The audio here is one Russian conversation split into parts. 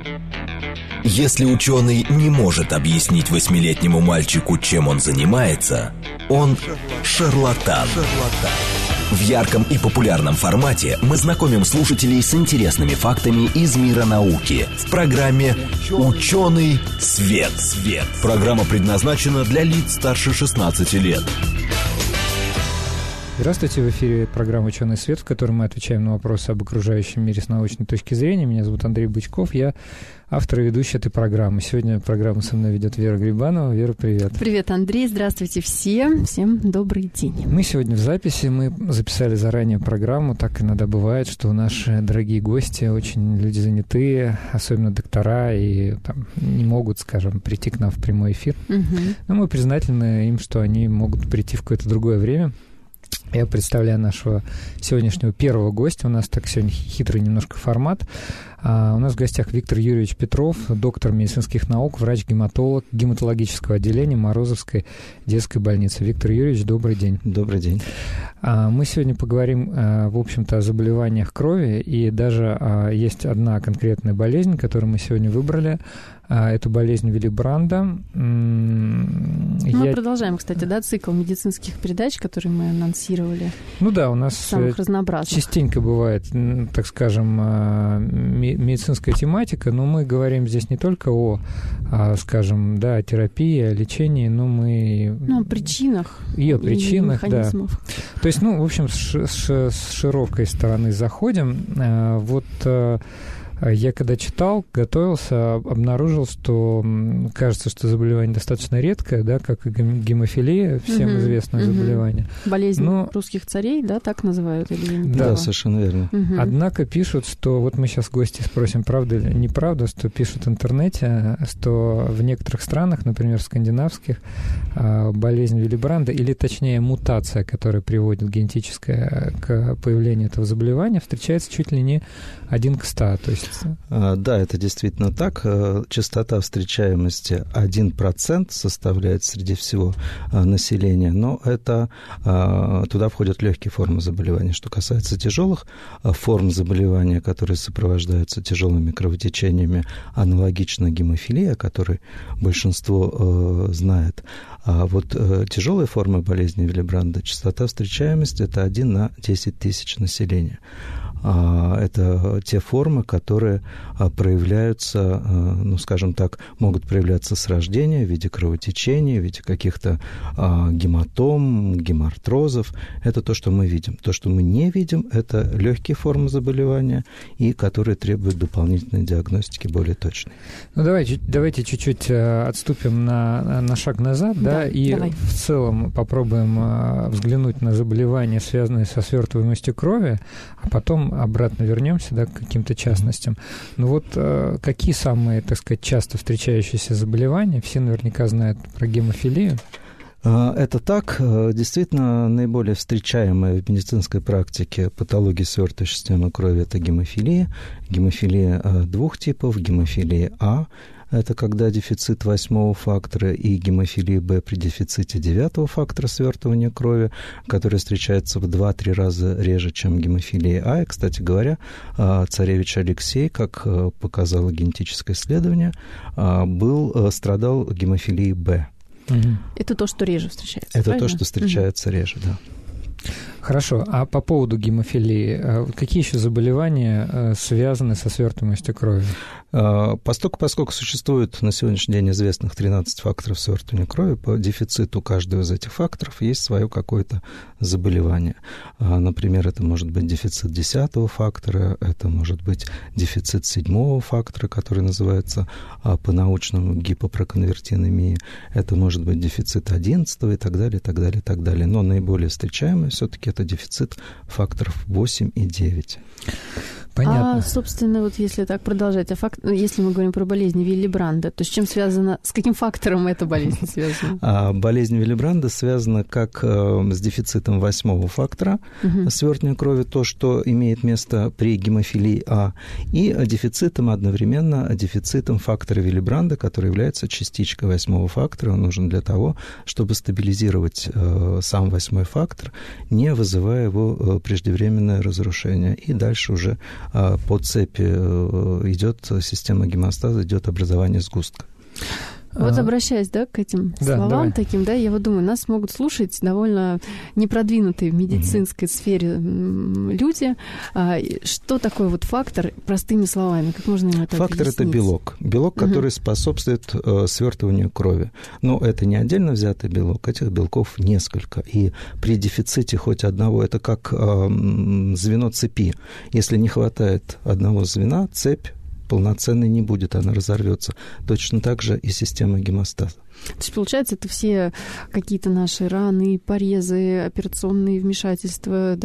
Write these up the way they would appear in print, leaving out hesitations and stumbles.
Если ученый не может объяснить 8-летнему мальчику, чем он занимается, он шарлатан. В ярком и популярном формате мы знакомим слушателей с интересными фактами из мира науки в программе «Ученый свет». Программа предназначена для лиц старше 16 лет. Здравствуйте, в эфире программа «Ученый свет», в которой мы отвечаем на вопросы об окружающем мире с научной точки зрения. Меня зовут Андрей Бычков, я автор и ведущий этой программы. Сегодня программу со мной ведет Вера Грибанова. Вера, привет. Привет, Андрей, здравствуйте всем добрый день. Мы сегодня в записи, мы записали заранее программу, так иногда бывает, что наши дорогие гости очень люди занятые, особенно доктора, и там, не могут, скажем, прийти к нам в прямой эфир. Но мы признательны им, что они могут прийти в какое-то другое время. Я представляю нашего сегодняшнего первого гостя. У нас так сегодня хитрый немножко формат. У нас в гостях Виктор Юрьевич Петров, доктор медицинских наук, врач-гематолог гематологического отделения Морозовской детской больницы. Виктор Юрьевич, добрый день. Добрый день. Мы сегодня поговорим, в общем-то, о заболеваниях крови, и даже есть одна конкретная болезнь, которую мы сегодня выбрали. Эту болезнь Виллибранда. Мы продолжаем, кстати, цикл медицинских передач, которые мы анонсировали. Ну да, у нас самых разнообразных. Частенько бывает, так скажем, медицинская тематика, но мы говорим здесь не только о, скажем, да, терапии, о лечении, но мы... о причинах. Ее причинах, да. То есть, в общем, с широкой стороны заходим. Я когда читал, готовился, обнаружил, что кажется, что заболевание достаточно редкое, да, как и гемофилия, всем известное заболевание. Болезнь русских царей, да, так называют? Или да, совершенно верно. Однако пишут, что, вот мы сейчас гости спросим, правда или неправда, что пишут в интернете, что в некоторых странах, например, скандинавских, болезнь Виллибранда, или точнее мутация, которая приводит генетическая к появлению этого заболевания, встречается чуть ли не 1 к 100, то есть... Да, это действительно так. Частота встречаемости 1% составляет среди всего населения, но это туда входят легкие формы заболевания. Что касается тяжелых форм заболевания, которые сопровождаются тяжелыми кровотечениями, аналогично гемофилии, о которой большинство знает, а вот тяжелые формы болезни Виллибранда, частота встречаемости – это 1 на 10 тысяч населения. Это те формы, которые проявляются, скажем так, могут проявляться с рождения в виде кровотечения, в виде каких-то гематом, гемоартрозов. Это то, что мы видим. То, что мы не видим, это легкие формы заболевания, и которые требуют дополнительной диагностики более точной. Давайте чуть-чуть отступим на шаг назад, давай. В целом попробуем взглянуть на заболевания, связанные со свертываемостью крови, а потом обратно вернемся, к каким-то частностям. Какие самые, так сказать, часто встречающиеся заболевания? Все наверняка знают про гемофилию. Это так. Действительно, наиболее встречаемая в медицинской практике патология свертывающей системы крови – это гемофилия. Гемофилия 2 типов. Гемофилия А – это когда дефицит 8-го фактора, и гемофилия Б при дефиците 9-го фактора свертывания крови, который встречается в 2-3 раза реже, чем гемофилия А. И, кстати говоря, царевич Алексей, как показало генетическое исследование, страдал гемофилией Б. Это то, что реже встречается, Это правильно? То, что встречается реже, да. Хорошо. А по поводу гемофилии, какие еще заболевания связаны со свертываемостью крови? Поскольку существует на сегодняшний день известных 13 факторов свертывания крови, по дефициту каждого из этих факторов есть свое какое-то заболевание. Например, это может быть дефицит 10-го фактора, это может быть дефицит 7-го фактора, который называется по-научному гипопроконвертинемия, это может быть дефицит 11-го и так далее, так далее, так далее. Но наиболее встречаемый все-таки это дефицит факторов 8 и 9. Понятно. Собственно, если так продолжать, если мы говорим про болезнь Виллибранда, то с чем связано, с каким фактором эта болезнь связана? Болезнь Виллибранда связана как с дефицитом 8-го фактора свертывания крови, то, что имеет место при гемофилии А, и одновременно дефицитом фактора Виллибранда, который является частичкой 8-го фактора. Он нужен для того, чтобы стабилизировать сам 8-й фактор, не вызывая его преждевременное разрушение, и дальше уже по цепи идет система гемостаза, идет образование сгустка. Вот обращаясь, к этим словам таким, я вот думаю, нас могут слушать довольно непродвинутые в медицинской сфере люди. Что такое вот фактор, простыми словами, как можно им это фактор объяснить? Это белок. Белок, который способствует свертыванию крови. Но это не отдельно взятый белок, этих белков несколько. И при дефиците хоть одного, это как звено цепи. Если не хватает одного звена, цепь полноценной не будет, она разорвется. Точно так же и система гемостаза. То есть, получается, это все какие-то наши раны, порезы, операционные вмешательства,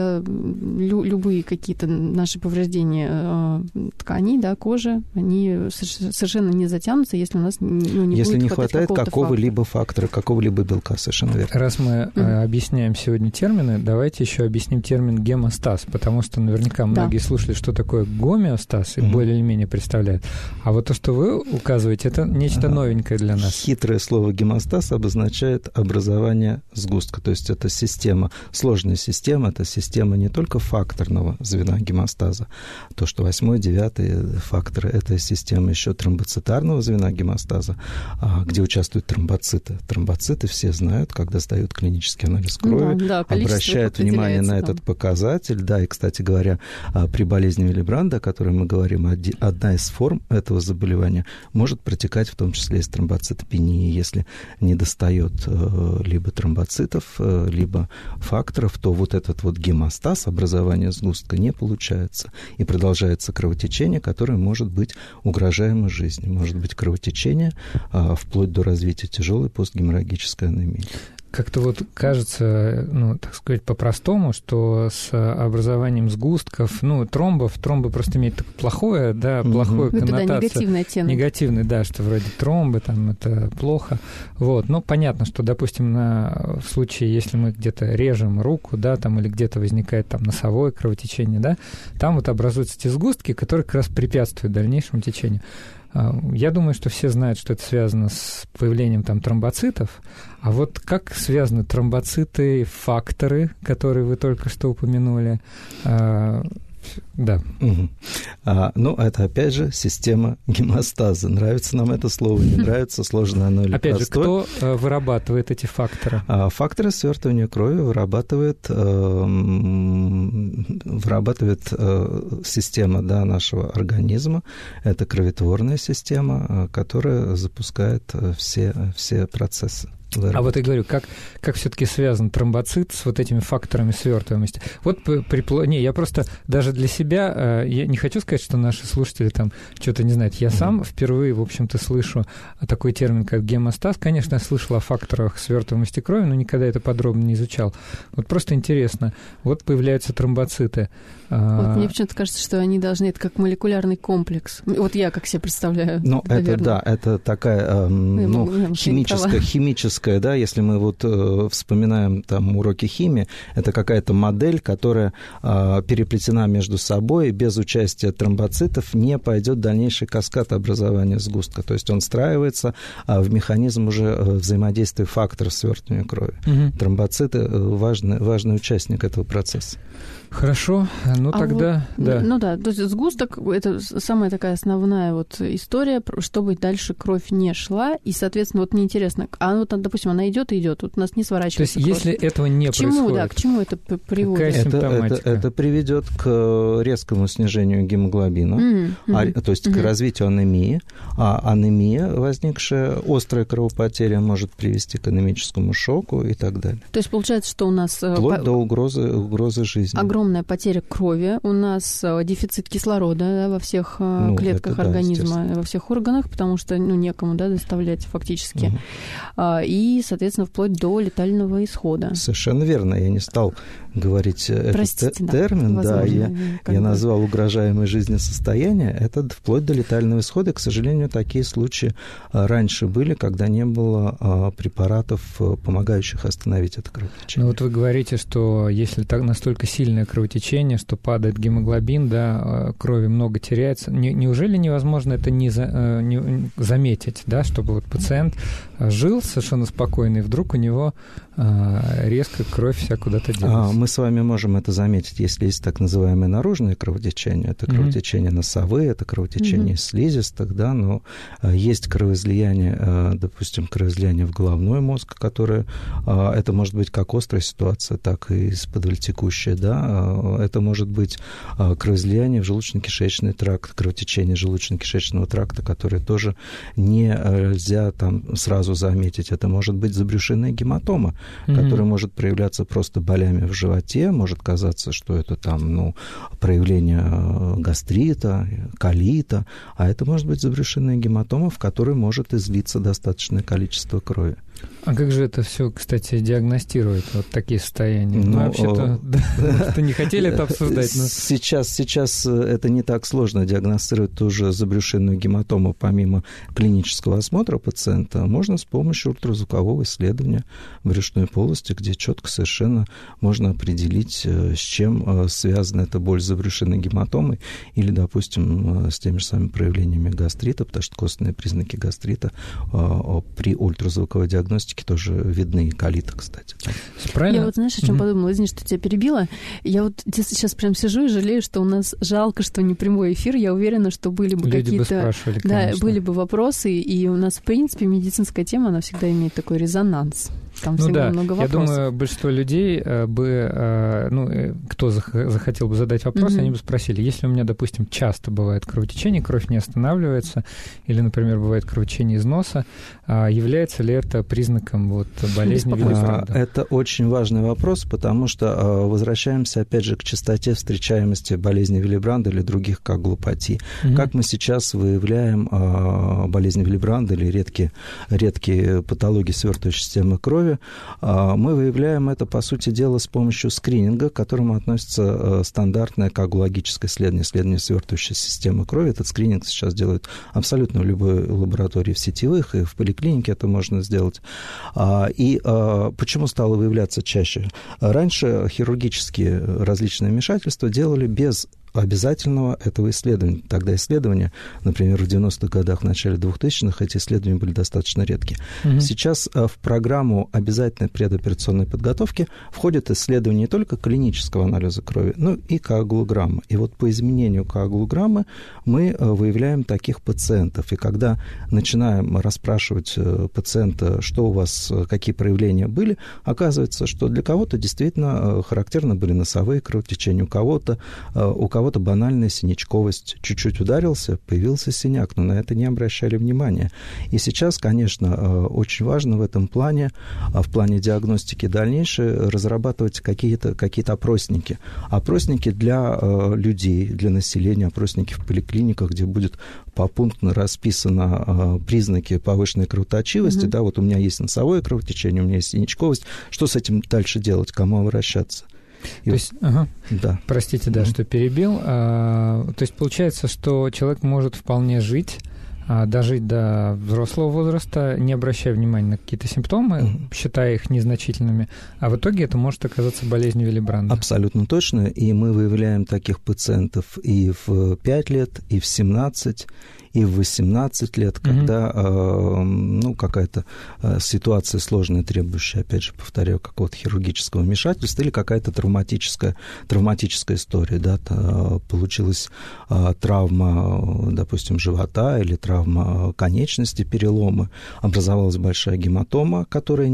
любые какие-то наши повреждения тканей, кожи, они совершенно не затянутся, если у нас если не хватает какого-либо фактора, какого-либо белка, совершенно верно. Раз мы объясняем сегодня термины, давайте еще объясним термин гемостаз, потому что наверняка многие слушали, что такое гомеостаз, и более или менее представляют. А вот то, что вы указываете, это нечто новенькое для нас. Хитрое слово гемостаз обозначает образование сгустка, то есть это система, сложная система, это система не только факторного звена гемостаза, то, что 8-й, 9-й факторы, это система еще тромбоцитарного звена гемостаза, где участвуют тромбоциты. Тромбоциты все знают, когда сдают клинический анализ крови, обращают внимание на этот показатель, и, кстати говоря, при болезни Виллибранда, о которой мы говорим, одна из форм этого заболевания может протекать в том числе из тромбоцитопении. Если не достает либо тромбоцитов, либо факторов, то вот этот вот гемостаз, образование сгустка, не получается. И продолжается кровотечение, которое может быть угрожаемо жизни. Может быть кровотечение вплоть до развития тяжелой постгеморрагической анемии. Как-то вот кажется, так сказать, по-простому, что с образованием сгустков, тромбы просто имеют плохое, плохую коннотацию. Негативный оттенок. Негативный, что вроде тромбы, это плохо. Понятно, что, допустим, в случае, если мы где-то режем руку, или где-то возникает носовое кровотечение, там вот образуются эти сгустки, которые как раз препятствуют дальнейшему течению. Я думаю, что все знают, что это связано с появлением тромбоцитов. А вот как связаны тромбоциты, факторы, которые вы только что упомянули? Да. Это, опять же, система гемостаза. Нравится нам это слово, не нравится, сложно оно или опять простое. Же, кто вырабатывает эти факторы? Факторы свертывания крови вырабатывает система нашего организма. Это кроветворная система, которая запускает все процессы. А вот я говорю, как все-таки связан тромбоцит с вот этими факторами свертываемости? Вот я просто даже для себя, я не хочу сказать, что наши слушатели что-то не знают. Я сам впервые, в общем-то, слышу такой термин, как гемостаз. Конечно, я слышал о факторах свертываемости крови, но никогда это подробно не изучал. Вот просто интересно. Вот появляются тромбоциты. Вот мне почему-то кажется, что они должны, это как молекулярный комплекс. Вот я как себе представляю. Это такая химическая, если мы вспоминаем уроки химии, это какая-то модель, которая переплетена между собой, без участия тромбоцитов не пойдет дальнейший каскад образования сгустка. То есть он встраивается в механизм уже взаимодействия факторов свертывания крови. Тромбоциты важный участник этого процесса. Хорошо, тогда... то есть сгусток – это самая такая основная история, чтобы дальше кровь не шла, и, соответственно, мне интересно, допустим, она идет и идет, у нас не сворачивается кровь. То есть, если этого не происходит... К чему это приводит? Это приведет к резкому снижению гемоглобина, то есть к развитию анемии, а анемия, возникшая, острая кровопотеря, может привести к анемическому шоку и так далее. То есть, получается, что у нас... Вплоть до угрозы жизни. Огромная потеря крови, у нас дефицит кислорода во всех клетках организма, во всех органах, потому что некому доставлять фактически. И, соответственно, вплоть до летального исхода. Совершенно верно. Я не стал говорить этот термин. Я назвал угрожаемое жизнесостояние. Это вплоть до летального исхода. К сожалению, такие случаи раньше были, когда не было препаратов, помогающих остановить это кровотечение. Вы говорите, что если настолько сильная кровотечение, что падает гемоглобин, да, крови много теряется. Неужели невозможно это не заметить, да, чтобы вот пациент жил совершенно спокойно, и вдруг у него резко кровь вся куда-то делась? Мы с вами можем это заметить, если есть так называемое наружное кровотечение. Это кровотечение носовые, это кровотечение слизистых, да, но есть кровоизлияние, допустим, кровоизлияние в головной мозг, которое, это может быть как острая ситуация, так и исподволь текущая, да, это может быть кровоизлияние в желудочно-кишечный тракт, кровотечение желудочно-кишечного тракта, которое тоже нельзя там сразу заметить. Это может быть забрюшинная гематома, которая может проявляться просто болями в животе, может казаться, что это там, проявление гастрита, колита, а это может быть забрюшинная гематома, в которой может излиться достаточное количество крови. А как же это все, кстати, диагностировать, вот такие состояния? Вообще-то не хотели это обсуждать. Сейчас это не так сложно диагностировать ту же забрюшинную гематому помимо клинического осмотра пациента. Можно с помощью ультразвукового исследования брюшной полости, где четко совершенно можно определить, с чем связана эта боль с забрюшинной гематомой или, допустим, с теми же самыми проявлениями гастрита, потому что костные признаки гастрита при ультразвуковой диагностике тоже видны, колита, кстати. Правильно? Я вот, знаешь, о чем подумала? Извини, что тебя перебила. Я вот сейчас прям сижу и жалею, что у нас жалко, что не прямой эфир. Я уверена, что были бы люди какие-то... бы спрашивали, да, были бы вопросы, и у нас, в принципе, медицинская тема, она всегда имеет такой резонанс. Там всегда много вопросов. Я думаю, большинство людей бы, кто захотел бы задать вопрос, они бы спросили, если у меня, допустим, часто бывает кровотечение, кровь не останавливается, или, например, бывает кровотечение из носа, является ли это признаком болезни Виллибранда? Это очень важный вопрос, потому что возвращаемся, опять же, к частоте встречаемости болезни Виллибранда или других коагулопатий. Как мы сейчас выявляем болезнь Виллибранда или редкие патологии свертывающей системы крови? Мы выявляем это, по сути дела, с помощью скрининга, к которому относится стандартное коагулогическое исследование свертывающей системы крови. Этот скрининг сейчас делают абсолютно в любой лаборатории, в сетевых и в поликлинике это можно сделать. И почему стало выявляться чаще? Раньше хирургические различные вмешательства делали без обязательного этого исследования. Тогда исследования, например, в 90-х годах, в начале 2000-х, эти исследования были достаточно редкие. Сейчас в программу обязательной предоперационной подготовки входит исследование не только клинического анализа крови, но и коагулограммы. И вот по изменению коагулограммы мы выявляем таких пациентов. И когда начинаем расспрашивать пациента, что у вас, какие проявления были, оказывается, что для кого-то действительно характерны были носовые кровотечения, у кого-то банальная синячковость. Чуть-чуть ударился, появился синяк, но на это не обращали внимания. И сейчас, конечно, очень важно в этом плане, в плане диагностики дальнейшей, разрабатывать какие-то опросники. Опросники для людей, для населения, опросники в поликлиниках, где будет попунктно расписано признаки повышенной кровоточивости. Да, вот у меня есть носовое кровотечение, у меня есть синячковость. Что с этим дальше делать? К кому обращаться? То есть, да. Простите, что перебил. То есть получается, что человек может вполне жить, дожить до взрослого возраста, не обращая внимания на какие-то симптомы, считая их незначительными, а в итоге это может оказаться болезнью Виллибранда. Абсолютно точно, и мы выявляем таких пациентов и в 5 лет, и в 17, и в 18 лет, когда какая-то ситуация сложная, требующая, опять же, повторяю, какого-то хирургического вмешательства или какая-то травматическая история, да, получилась травма, допустим, живота или травма конечности, переломы, образовалась большая гематома, которая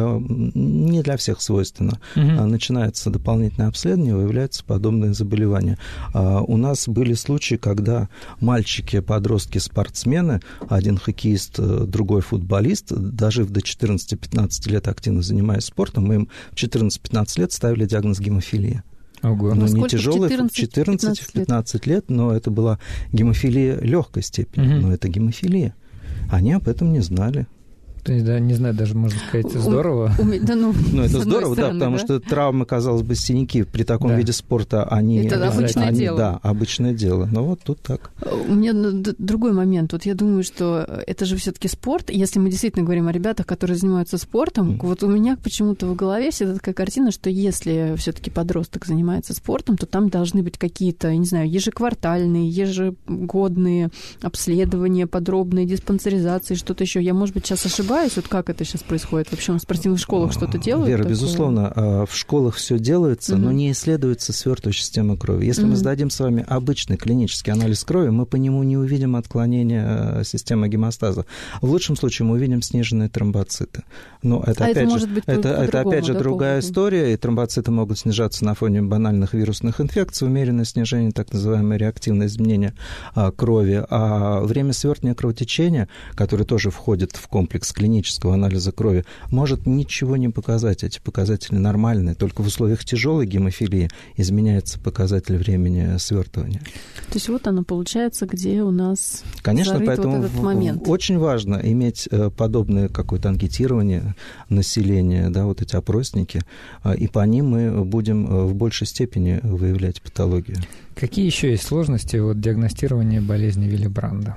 не для всех свойственна. Начинается дополнительное обследование, выявляются подобные заболевания. У нас были случаи, когда мальчики, подростки, спортсмены, один хоккеист, другой футболист, дожив до 14-15 лет активно занимаясь спортом, мы им в 14-15 лет ставили диагноз гемофилия. Ого. Ну, не тяжелый, в 14-15 лет, но это была гемофилия легкой степени, но это гемофилия. Они об этом не знали. То есть, да, не знаю, даже можно сказать, здорово. Это здорово, да, потому что травмы, казалось бы, синяки при таком виде спорта, они... Это обычное дело. Да, обычное дело. Но вот тут так. У меня другой момент. Вот я думаю, что это же все-таки спорт. Если мы действительно говорим о ребятах, которые занимаются спортом, вот у меня почему-то в голове всегда такая картина, что если все-таки подросток занимается спортом, то там должны быть какие-то, не знаю, ежеквартальные, ежегодные обследования, подробные диспансеризации, что-то еще. Я, может быть, сейчас ошибаюсь. Вот как это сейчас происходит? Вообще в спортивных школах что-то делают? Вера, такое? Безусловно, в школах все делается, но не исследуется свертывающая система крови. Если мы сдадим с вами обычный клинический анализ крови, мы по нему не увидим отклонения системы гемостаза. В лучшем случае мы увидим сниженные тромбоциты. Но это, опять же, другая история, и тромбоциты могут снижаться на фоне банальных вирусных инфекций, умеренное снижение, так называемое реактивное изменение крови. А время свертывания кровотечения, которое тоже входит в комплекс клинического анализа крови, может ничего не показать. Эти показатели нормальные. Только в условиях тяжелой гемофилии изменяется показатель времени свертывания. То есть вот оно получается, где у нас Конечно, поэтому вот этот момент. Очень важно иметь подобное какое-то анкетирование населения, да, вот эти опросники, и по ним мы будем в большей степени выявлять патологию. Какие еще есть сложности диагностирования болезни Виллибранда?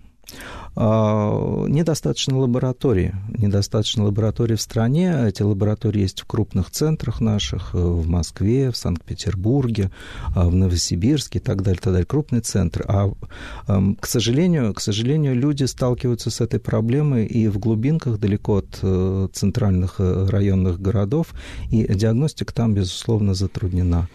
Недостаточно лабораторий в стране. Эти лаборатории есть в крупных центрах наших, в Москве, в Санкт-Петербурге, в Новосибирске и так далее, крупные центры. К сожалению, люди сталкиваются с этой проблемой и в глубинках, далеко от центральных районных городов, и диагностика там, безусловно, затруднена.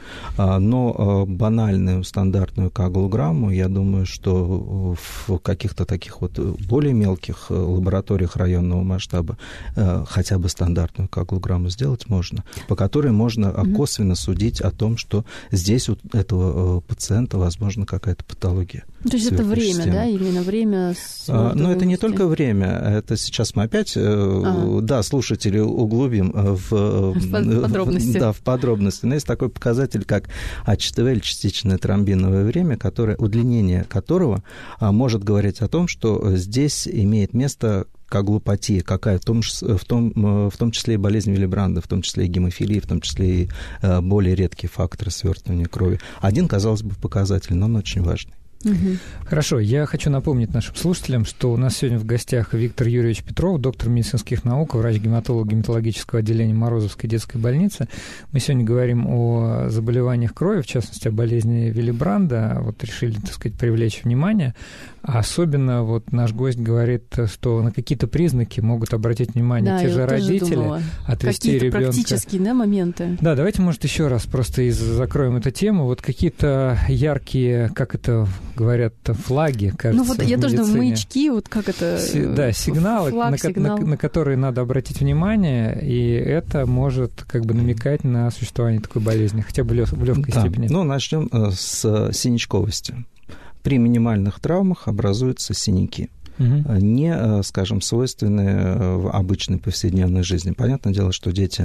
Но банальную стандартную коагулограмму, я думаю, что в каких-то таких более мелких лабораториях районного масштаба хотя бы стандартную коагулограмму сделать можно, по которой можно косвенно судить о том, что здесь у этого пациента, возможно, какая-то патология. То есть это время, системы. да, именно время? Но это не только время, это сейчас мы опять, слушатели, углубим в подробности. Да, в подробности. Но есть такой показатель, как АЧТВ, частичное тромбиновое время, удлинение которого может говорить о том, что здесь имеет место коагулопатия, какая в том числе и болезнь Виллибранда, в том числе и гемофилия, в том числе и более редкие факторы свертывания крови. Один, казалось бы, показатель, но он очень важный. Хорошо, я хочу напомнить нашим слушателям, что у нас сегодня в гостях Виктор Юрьевич Петров, доктор медицинских наук, врач-гематолог гематологического отделения Морозовской детской больницы. Мы сегодня говорим о заболеваниях крови, в частности, о болезни Виллибранда. Решили, так сказать, привлечь внимание. А особенно наш гость говорит, что на какие-то признаки могут обратить внимание те же родители, отвести ребенка. Какие-то практические моменты. Да, давайте, может, еще раз просто закроем эту тему. Какие-то яркие, как это говорят, флаги, кажется, я тоже думаю, маячки, как это... Сигналы, на которые надо обратить внимание, и это может намекать на существование такой болезни, хотя бы в легкой степени. Начнем с синячковости. При минимальных травмах образуются синяки. Не, скажем, свойственные в обычной повседневной жизни. Понятное дело, что дети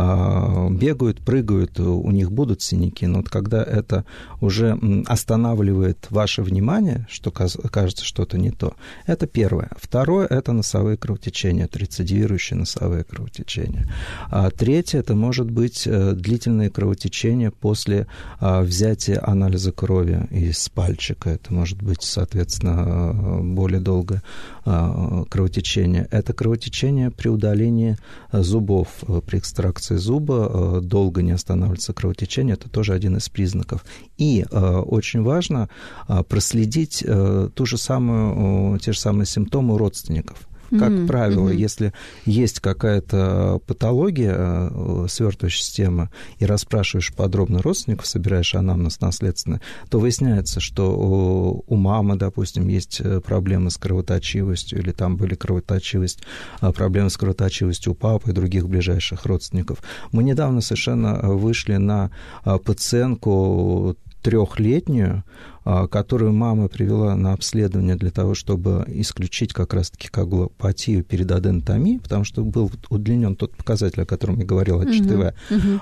бегают, прыгают, у них будут синяки, но когда это уже останавливает ваше внимание, что кажется что-то не то, это первое. Второе – это носовые кровотечения, рецидивирующие носовые кровотечения. Третье – это может быть длительное кровотечение после взятия анализа крови из пальчика. Это может быть, соответственно, более долгое кровотечение. Это кровотечение при удалении зубов. При экстракции зуба долго не останавливается кровотечение. Это тоже один из признаков. И очень важно проследить те же самые симптомы у родственников. Как правило, если есть какая-то патология свертывающей системы, и расспрашиваешь подробно родственников, собираешь анамнез наследственный, то выясняется, что у мамы, допустим, есть проблемы с кровоточивостью, или там были проблемы с кровоточивостью у папы и других ближайших родственников. Мы недавно совершенно вышли на пациентку 3-летнюю, которую мама привела на обследование для того, чтобы исключить как раз-таки коагулопатию перед аденотомией, потому что был удлинен тот показатель, о котором я говорил, ЧТВ.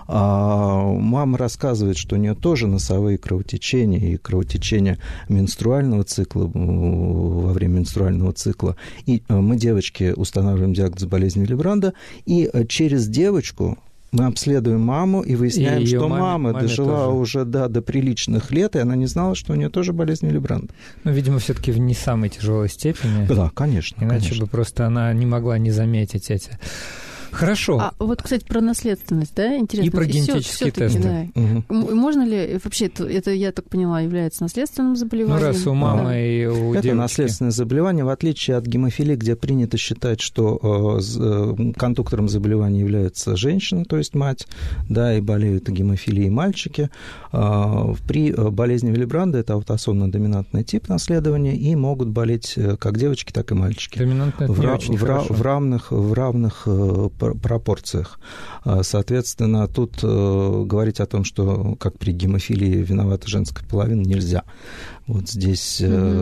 Мама рассказывает, что у нее тоже носовые кровотечения и кровотечения менструального цикла, во время менструального цикла. И мы девочке устанавливаем диагноз болезни Виллибранда, и через девочку мы обследуем маму и выясняем, что мама дожила тоже уже до приличных лет, и она не знала, что у нее тоже болезнь Виллибранда. Ну, видимо, все-таки в не самой тяжелой степени. Да, конечно. Иначе бы просто она не могла не заметить эти. Хорошо. А вот, кстати, про наследственность, да, интересно. И про генетические тесты. Да. Можно ли, вообще, это, я так поняла, является наследственным заболеванием? Ну, раз у мамы и у девочки. Это наследственное заболевание, в отличие от гемофилии, где принято считать, что кондуктором заболевания является женщина, то есть мать, да, и болеют гемофилией мальчики. При болезни Виллибранда это аутосомно-доминантный тип наследования, и могут болеть как девочки, так и мальчики. Доминантный это не очень хорошо. В равных пропорциях. Соответственно, тут говорить о том, что как при гемофилии виновата женская половина, нельзя. Вот здесь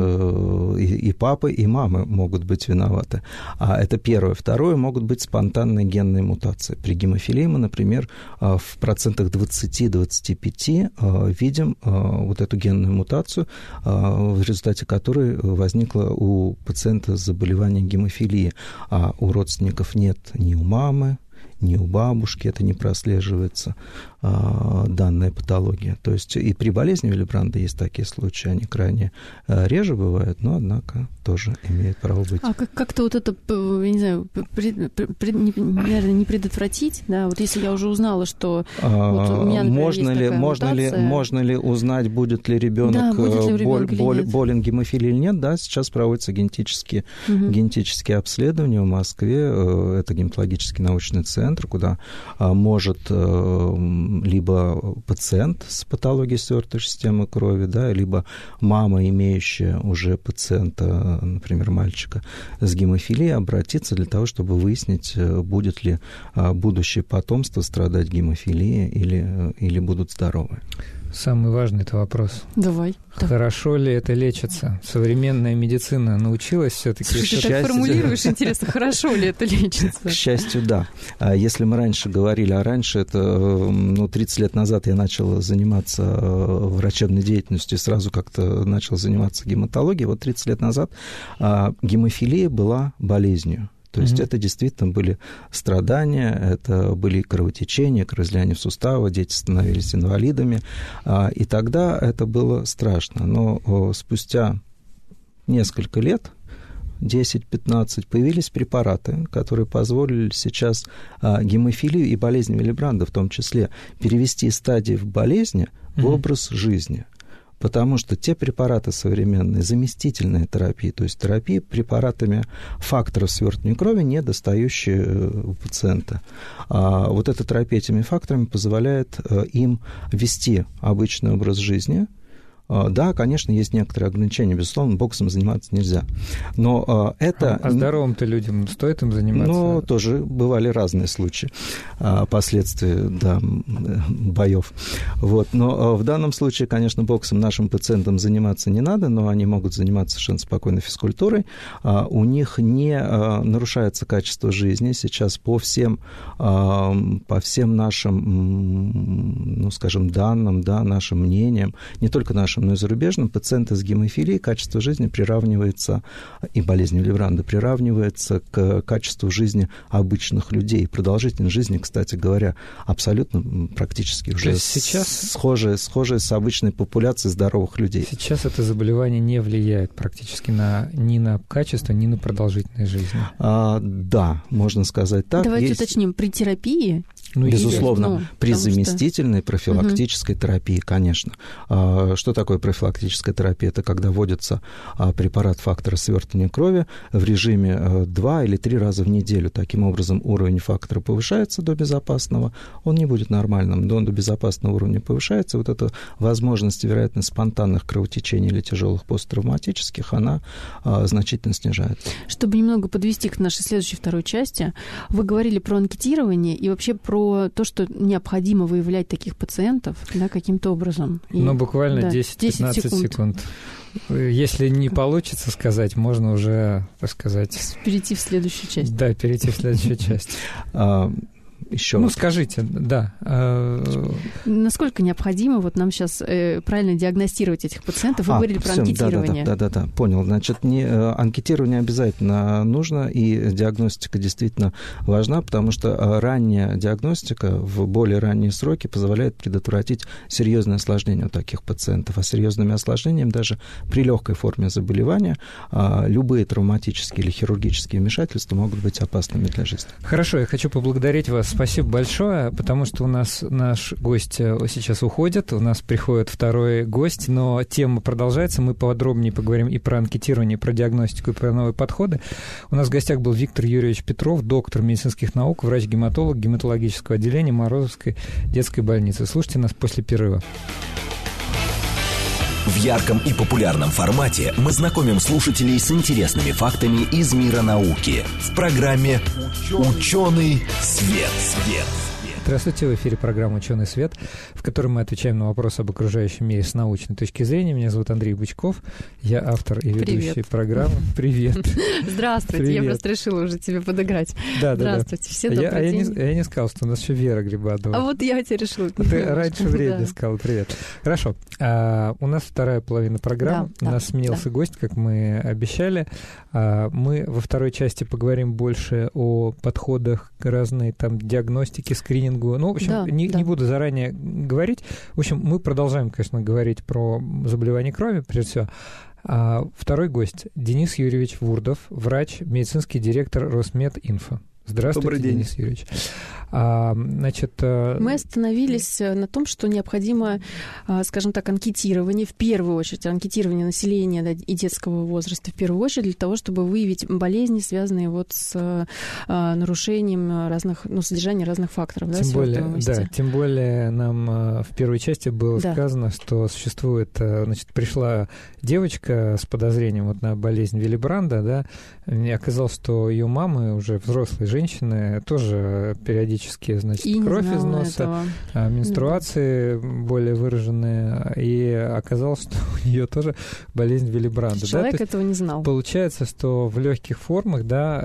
и папы, и мамы могут быть виноваты. А это первое. Второе, могут быть спонтанные генные мутации. При гемофилии мы, например, в процентах 20-25 видим вот эту генную мутацию, в результате которой возникло у пациента заболевание гемофилии, а у родственников нет ни у мамы, ни у бабушки, это не прослеживается данная патология. То есть и при болезни Виллибранда есть такие случаи, они крайне реже бывают, но, однако, тоже имеют право быть. А как-то вот это, я не знаю, наверное, не предотвратить, да, вот если я уже узнала, что вот у меня, например, есть такая мутация. Можно ли узнать, будет ли ребенок болен гемофилией или нет, да, сейчас проводятся генетические обследования в Москве, это гематологический научный центр, куда может либо пациент с патологией свёрточной системы крови, да, либо мама, имеющая уже пациента, например, мальчика с гемофилией, обратиться для того, чтобы выяснить, будет ли будущее потомство страдать гемофилией или будут здоровы. Самый важный это вопрос. Давай. Хорошо ли это лечится? Современная медицина научилась все-таки. Слушай, ты так формулируешь, интересно, хорошо ли это лечится? К счастью, да. Если мы раньше говорили, раньше это, 30 лет назад я начал заниматься врачебной деятельностью и сразу как-то начал заниматься гематологией. Вот 30 лет назад гемофилия была болезнью. То есть это действительно были страдания, это были кровотечения, кровоизлияния в суставах, дети становились инвалидами, и тогда это было страшно. Но спустя несколько лет, 10-15, появились препараты, которые позволили сейчас гемофилию и болезнь Виллибранда в том числе перевести из стадии в болезни в образ жизни. Потому что те препараты современные, заместительная терапия, то есть терапия препаратами факторов свертывания крови, не достающие у пациента. Вот эта терапия этими факторами позволяет им вести обычный образ жизни. Да, конечно, есть некоторые ограничения, безусловно, боксом заниматься нельзя. Но это... А здоровым-то людям стоит им заниматься? Ну, тоже бывали разные случаи, последствия, да, боев. Вот. Но в данном случае, конечно, боксом нашим пациентам заниматься не надо, но они могут заниматься совершенно спокойно физкультурой. У них не нарушается качество жизни. Сейчас по всем нашим, ну, скажем, данным, да, нашим мнениям, не только нашим, но и зарубежным, пациенты с гемофилией, качество жизни приравнивается, и болезнь Виллибранда приравнивается к качеству жизни обычных людей. Продолжительность жизни, кстати говоря, абсолютно практически уже сейчас схожая с обычной популяцией здоровых людей. Сейчас это заболевание не влияет практически ни на качество, ни на продолжительность жизни. Да, можно сказать так. Давайте уточним, при терапии... Безусловно, при заместительной профилактической терапии, конечно. Что такое профилактическая терапия? Это когда вводится препарат фактора свертывания крови в режиме 2 или 3 раза в неделю. Таким образом, уровень фактора повышается до безопасного, он не будет нормальным, но он до безопасного уровня повышается. Вот эта возможность, вероятность спонтанных кровотечений или тяжелых посттравматических, она значительно снижается. Чтобы немного подвести к нашей следующей второй части, вы говорили про анкетирование и вообще про про то, что необходимо выявлять таких пациентов, да, каким-то образом. Буквально 10-15 секунд. Если не получится сказать, можно уже, так сказать... Перейти в следующую часть. Да, перейти в следующую часть. Еще скажите, да. Насколько необходимо вот нам сейчас правильно диагностировать этих пациентов? Вы говорили про анкетирование. Да, понял. Значит, анкетирование обязательно нужно, и диагностика действительно важна, потому что ранняя диагностика в более ранние сроки позволяет предотвратить серьезные осложнения у таких пациентов. А серьезными осложнениями даже при легкой форме заболевания любые травматические или хирургические вмешательства могут быть опасными для жизни. Хорошо, я хочу поблагодарить вас. Спасибо большое, потому что у нас наш гость сейчас уходит, у нас приходит второй гость, но тема продолжается, мы подробнее поговорим и про анкетирование, и про диагностику, и про новые подходы. У нас в гостях был Виктор Юрьевич Петров, доктор медицинских наук, врач-гематолог гематологического отделения Морозовской детской больницы. Слушайте нас после перерыва. В ярком и популярном формате мы знакомим слушателей с интересными фактами из мира науки в программе «Ученый свет». Здравствуйте, в эфире программа «Ученый свет», в которой мы отвечаем на вопросы об окружающем мире с научной точки зрения. Меня зовут Андрей Бычков, я автор и ведущий программы. Привет. Здравствуйте, Привет. Я просто решила уже тебе подыграть. Да. Здравствуйте, все добрый день. Я не сказал, что у нас еще Вера Грибадова. А вот я тебе решила. Ты раньше времени сказала. Привет. Хорошо. У нас вторая половина программы. У нас сменился гость, как мы обещали. Мы во второй части поговорим больше о подходах к разной там диагностике, скринингу. Ну, в общем, не буду заранее говорить. В общем, мы продолжаем, конечно, говорить про заболевания крови, прежде всего. Второй гость — Денис Юрьевич Вурдов, врач, медицинский директор Росмединфо. Здравствуйте, Денис Юрьевич. Мы остановились на том, что необходимо, скажем так, анкетирование, в первую очередь, анкетирование населения и детского возраста, в первую очередь, для того, чтобы выявить болезни, связанные вот с нарушением разных, содержания разных факторов. Тем более нам в первой части было сказано, что существует, пришла девочка с подозрением вот на болезнь Виллибранда, да, и оказалось, что ее мамы, уже взрослые женщины, тоже периодически, кровь из носа, менструации более выраженные, и оказалось, что у нее тоже болезнь Виллибранда. Человек этого не знал. Получается, что в легких формах,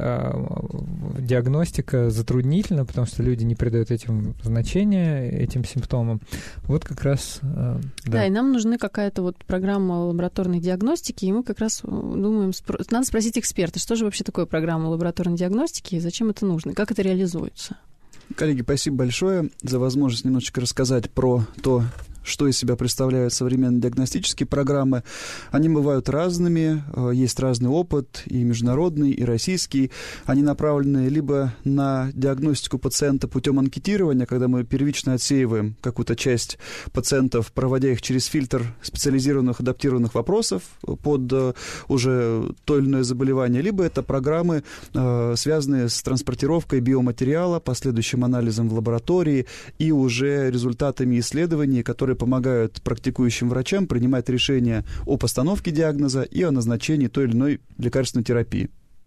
диагностика затруднительна, потому что люди не придают этим значения, этим симптомам. Вот как раз, Да, и нам нужна какая-то вот программа лабораторной диагностики, и мы как раз думаем, надо спросить эксперта, что же вообще такое программа лабораторной диагностики и зачем это нужно, как это реализуется. Коллеги, спасибо большое за возможность немножечко рассказать про то, что из себя представляют современные диагностические программы. Они бывают разными, есть разный опыт, и международный, и российский. Они направлены либо на диагностику пациента путем анкетирования, когда мы первично отсеиваем какую-то часть пациентов, проводя их через фильтр специализированных адаптированных вопросов под уже то или иное заболевание, либо это программы, связанные с транспортировкой биоматериала, последующим анализом в лаборатории и уже результатами исследований, которые помогают практикующим врачам принимать решения о постановке диагноза и о назначении той или иной лекарственной терапии.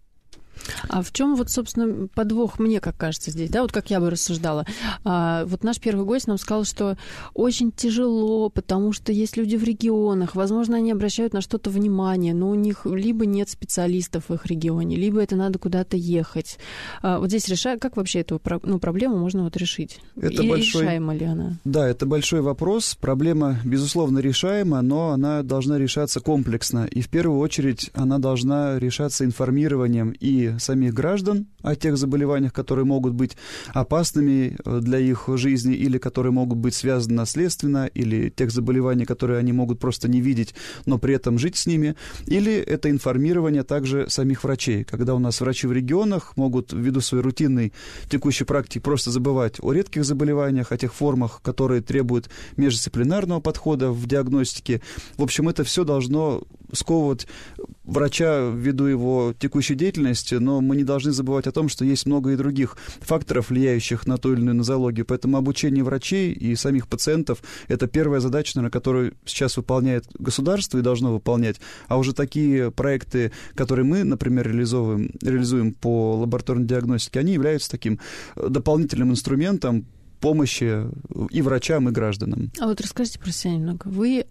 А в чем вот, собственно, подвох, мне как кажется, здесь, да, вот как я бы рассуждала. Вот наш первый гость нам сказал, что очень тяжело, потому что есть люди в регионах, возможно, они обращают на что-то внимание, но у них либо нет специалистов в их регионе, либо это надо куда-то ехать. Вот здесь как вообще эту проблему можно вот решить? Решаема ли она? Да, это большой вопрос. Проблема, безусловно, решаема, но она должна решаться комплексно. И в первую очередь она должна решаться информированием и самих граждан о тех заболеваниях, которые могут быть опасными для их жизни или которые могут быть связаны наследственно, или тех заболеваний, которые они могут просто не видеть, но при этом жить с ними, или это информирование также самих врачей, когда у нас врачи в регионах могут ввиду своей рутинной текущей практики просто забывать о редких заболеваниях, о тех формах, которые требуют междисциплинарного подхода в диагностике. В общем, это все должно сковывать врача ввиду его текущей деятельности, но мы не должны забывать о том, что есть много и других факторов, влияющих на ту или иную нозологию. Поэтому обучение врачей и самих пациентов – это первая задача, наверное, которую сейчас выполняет государство и должно выполнять. А уже такие проекты, которые мы, например, реализуем по лабораторной диагностике, они являются таким дополнительным инструментом помощи и врачам, и гражданам. А вот расскажите про себя немного. Вы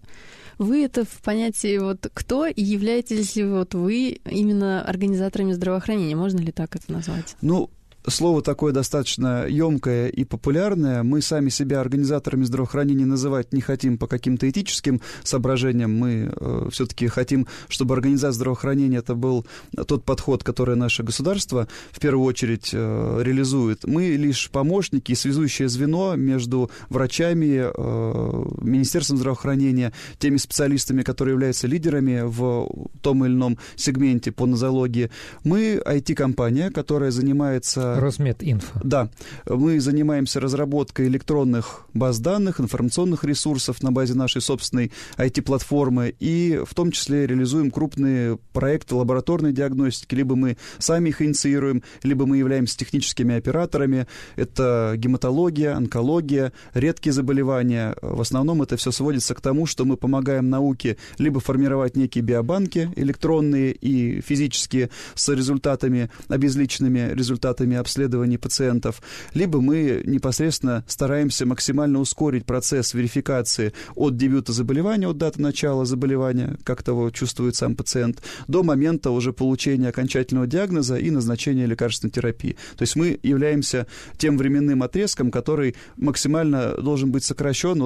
это в понятии вот кто, и являетесь ли вот вы именно организаторами здравоохранения? Можно ли так это назвать? Ну, слово такое достаточно ёмкое и популярное. Мы сами себя организаторами здравоохранения называть не хотим по каким-то этическим соображениям. Мы все-таки хотим, чтобы организация здравоохранения это был тот подход, который наше государство в первую очередь реализует. Мы лишь помощники и связующее звено между врачами, Министерством здравоохранения, теми специалистами, которые являются лидерами в том или ином сегменте по нозологии. Мы IT-компания, которая занимается... Росмединфо. Да, мы занимаемся разработкой электронных баз данных, информационных ресурсов на базе нашей собственной IT-платформы и в том числе реализуем крупные проекты лабораторной диагностики. Либо мы сами их инициируем, либо мы являемся техническими операторами. Это гематология, онкология, редкие заболевания. В основном это все сводится к тому, что мы помогаем науке либо формировать некие биобанки электронные и физические с результатами, обезличенными результатами обследований пациентов, либо мы непосредственно стараемся максимально ускорить процесс верификации от дебюта заболевания, от даты начала заболевания, как того чувствует сам пациент, до момента уже получения окончательного диагноза и назначения лекарственной терапии. То есть мы являемся тем временным отрезком, который максимально должен быть сокращен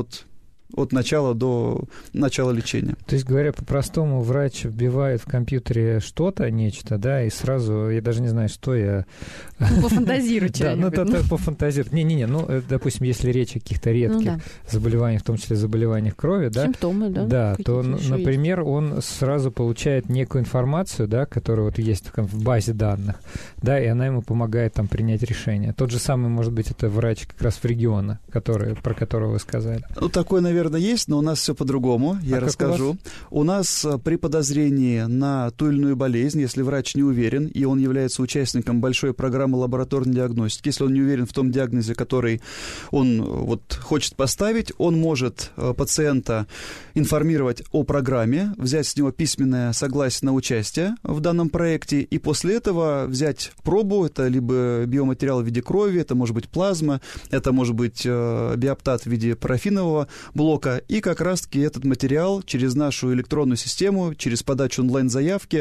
от начала до начала лечения. То есть, говоря по-простому, врач вбивает в компьютере что-то, нечто, да, и сразу, я даже не знаю, что я... Пофантазируй что-нибудь. Да, ну, пофантазируй. Не-не-не, ну, допустим, если речь о каких-то редких заболеваниях, в том числе заболеваниях крови, да? Симптомы, да? Да, то, например, он сразу получает некую информацию, да, которая вот есть в базе данных, да, и она ему помогает там принять решение. Тот же самый, может быть, это врач как раз в региона, про которого вы сказали. Ну, такой, наверное, есть, но у нас все по-другому, я расскажу. У нас при подозрении на ту или иную болезнь, если врач не уверен, и он является участником большой программы лабораторной диагностики, если он не уверен в том диагнозе, который он вот хочет поставить, он может пациента информировать о программе, взять с него письменное согласие на участие в данном проекте, и после этого взять пробу, это либо биоматериал в виде крови, это может быть плазма, это может быть биоптат в виде парафинового блока, и как раз-таки этот материал через нашу электронную систему, через подачу онлайн-заявки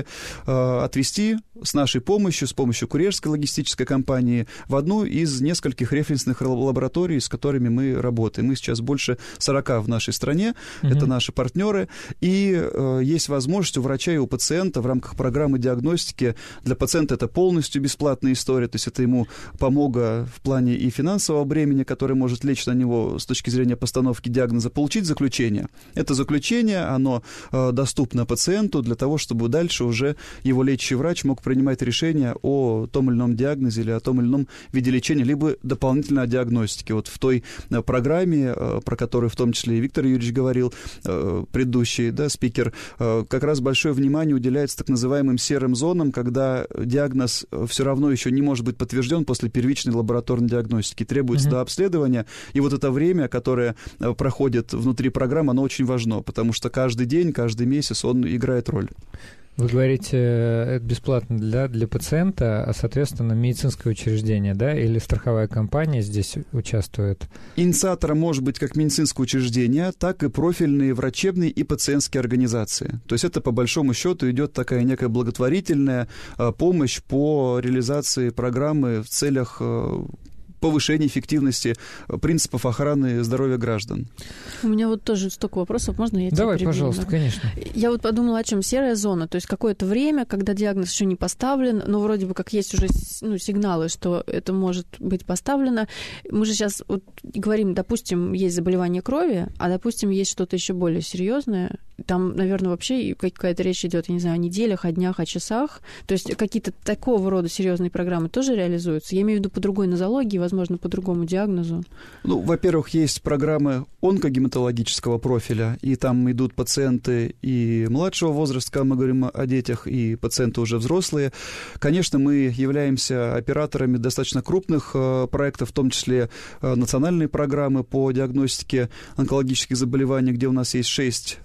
отвести с нашей помощью, с помощью курьерской логистической компании в одну из нескольких референсных лабораторий, с которыми мы работаем. Мы сейчас больше 40 в нашей стране, это наши партнеры, и есть возможность у врача и у пациента в рамках программы диагностики. Для пациента это полностью бесплатная история, то есть это ему помога в плане и финансового бремени, которое может лечь на него с точки зрения постановки диагноза, получить заключение. Это заключение, оно доступно пациенту для того, чтобы дальше уже его лечащий врач мог принимать решение о том или ином диагнозе или о том или ином виде лечения, либо дополнительно о диагностике. Вот в той программе, про которую в том числе и Виктор Юрьевич говорил, предыдущий, да, спикер, как раз большое внимание уделяется так называемым серым зонам, когда диагноз все равно еще не может быть подтвержден после первичной лабораторной диагностики. Требуется дообследования, и вот это время, которое проходит внутри программы, оно очень важно, потому что каждый день, каждый месяц он играет роль. Вы говорите, это бесплатно для пациента, а, соответственно, медицинское учреждение, да, или страховая компания здесь участвует? Инициатором может быть как медицинское учреждение, так и профильные врачебные и пациентские организации. То есть это, по большому счету, идет такая некая благотворительная помощь по реализации программы в целях повышения эффективности принципов охраны здоровья граждан. У меня вот тоже столько вопросов. Можно я тебя Давай, перебью? пожалуйста, конечно. Я вот подумала, о чем серая зона. То есть какое-то время, когда диагноз еще не поставлен, но вроде бы как есть уже сигналы, что это может быть поставлено. Мы же сейчас вот говорим, допустим, есть заболевание крови, а, допустим, есть что-то еще более серьезное. Там, наверное, вообще какая-то речь идет, я не знаю, о неделях, о днях, о часах. То есть какие-то такого рода серьезные программы тоже реализуются? Я имею в виду по другой нозологии, возможно, по другому диагнозу. Ну, во-первых, есть программы онкогематологического профиля, и там идут пациенты и младшего возраста, когда мы говорим о детях, и пациенты уже взрослые. Конечно, мы являемся операторами достаточно крупных проектов, в том числе национальные программы по диагностике онкологических заболеваний, где у нас есть 6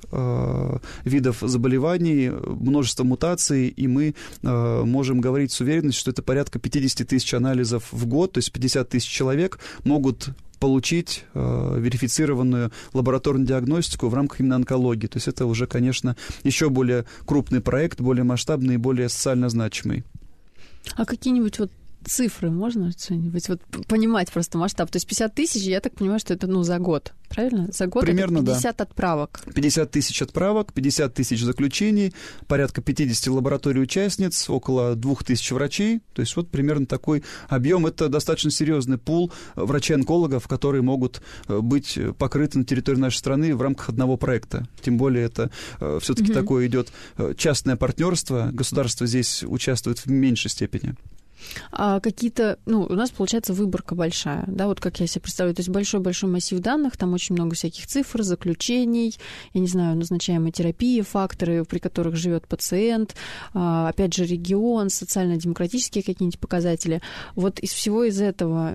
видов заболеваний, множество мутаций, и мы можем говорить с уверенностью, что это порядка 50 тысяч анализов в год, то есть 50 тысяч человек могут получить верифицированную лабораторную диагностику в рамках именно онкологии. То есть это уже, конечно, еще более крупный проект, более масштабный и более социально значимый. А какие-нибудь вот цифры можно что-нибудь вот понимать просто масштаб? То есть 50 тысяч, я так понимаю, что это за год, правильно? За год примерно, это 50 отправок. 50 тысяч отправок, 50 тысяч заключений, порядка 50 лабораторий-участниц, около 2000 врачей. То есть вот примерно такой объем. Это достаточно серьезный пул врачей-онкологов, которые могут быть покрыты на территории нашей страны в рамках одного проекта. Тем более это все-таки такое идет частное партнерство. Государство здесь участвует в меньшей степени. А какие-то, у нас получается выборка большая, да, вот как я себе представляю, то есть большой-большой массив данных, там очень много всяких цифр, заключений, я не знаю, назначаемой терапии, факторы, при которых живет пациент, опять же, регион, социально-демократические какие-нибудь показатели. Вот из всего из этого,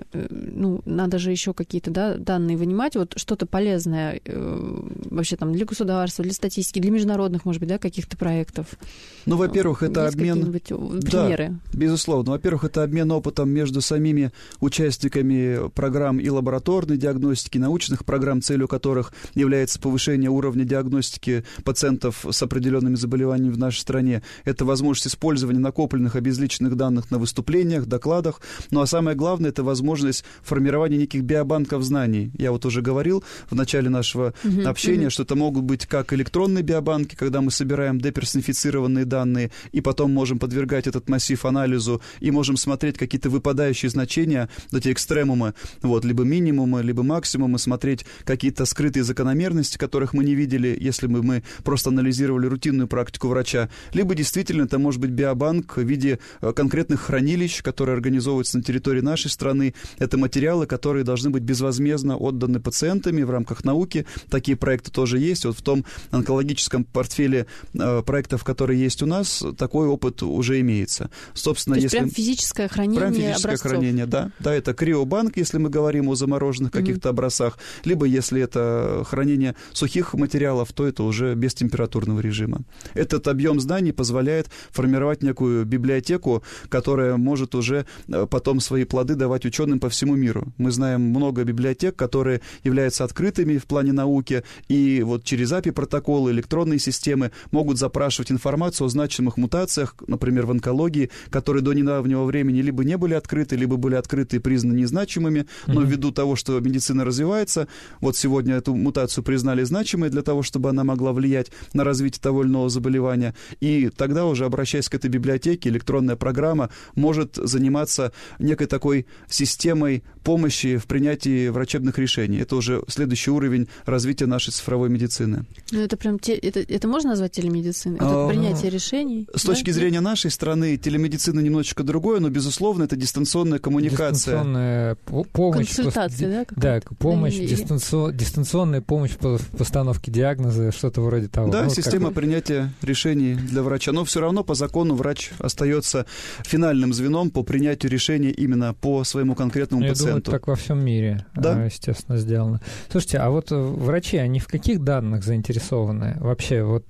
надо же еще какие-то, да, данные вынимать, вот что-то полезное вообще там для государства, для статистики, для международных, может быть, да, каких-то проектов. Во-первых, это есть обмен... примеры? Да, безусловно. Во-первых, это обмен опытом между самими участниками программ и лабораторной диагностики, научных программ, целью которых является повышение уровня диагностики пациентов с определенными заболеваниями в нашей стране. Это возможность использования накопленных обезличенных данных на выступлениях, докладах. Ну а самое главное, это возможность формирования неких биобанков знаний. Я вот уже говорил в начале нашего общения, что это могут быть как электронные биобанки, когда мы собираем деперсонифицированные данные и потом можем подвергать этот массив анализу и можем смотреть какие-то выпадающие значения, эти экстремумы, либо минимумы, либо максимумы, смотреть какие-то скрытые закономерности, которых мы не видели, если бы мы просто анализировали рутинную практику врача, либо действительно это может быть биобанк в виде конкретных хранилищ, которые организовываются на территории нашей страны. Это материалы, которые должны быть безвозмездно отданы пациентами в рамках науки. Такие проекты тоже есть. Вот в том онкологическом портфеле проектов, которые есть у нас, такой опыт уже имеется. Собственно, то есть прям физическое хранение образцов. Хранение, да. Да, это криобанк, если мы говорим о замороженных каких-то образцах, либо если это хранение сухих материалов, то это уже без температурного режима. Этот объем знаний позволяет формировать некую библиотеку, которая может уже потом свои плоды давать ученым по всему миру. Мы знаем много библиотек, которые являются открытыми в плане науки, и вот через API-протоколы, электронные системы могут запрашивать информацию о значимых мутациях, например, в онкологии, которые до недавнего времени либо не были открыты, либо были открыты и признаны незначимыми, но ввиду того, что медицина развивается, вот сегодня эту мутацию признали значимой для того, чтобы она могла влиять на развитие того или иного заболевания, и тогда уже, обращаясь к этой библиотеке, электронная программа может заниматься некой такой системой помощи в принятии врачебных решений. Это уже следующий уровень развития нашей цифровой медицины. Ну, это прям это можно назвать телемедициной? Это принятие решений? С точки зрения нашей страны телемедицина немножечко другое, но, безусловно, это дистанционная коммуникация. Дистанционная помощь. Консультация, да? Помощь, дистанционная помощь в постановке диагноза, что-то вроде того. Да, система принятия решений для врача. Но все равно по закону врач остается финальным звеном по принятию решений именно по своему конкретному пациенту. Я думаю, так во всем мире, естественно, сделано. Слушайте, а вот врачи, они в каких данных заинтересованы? Вообще, вот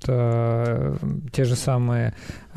те же самые...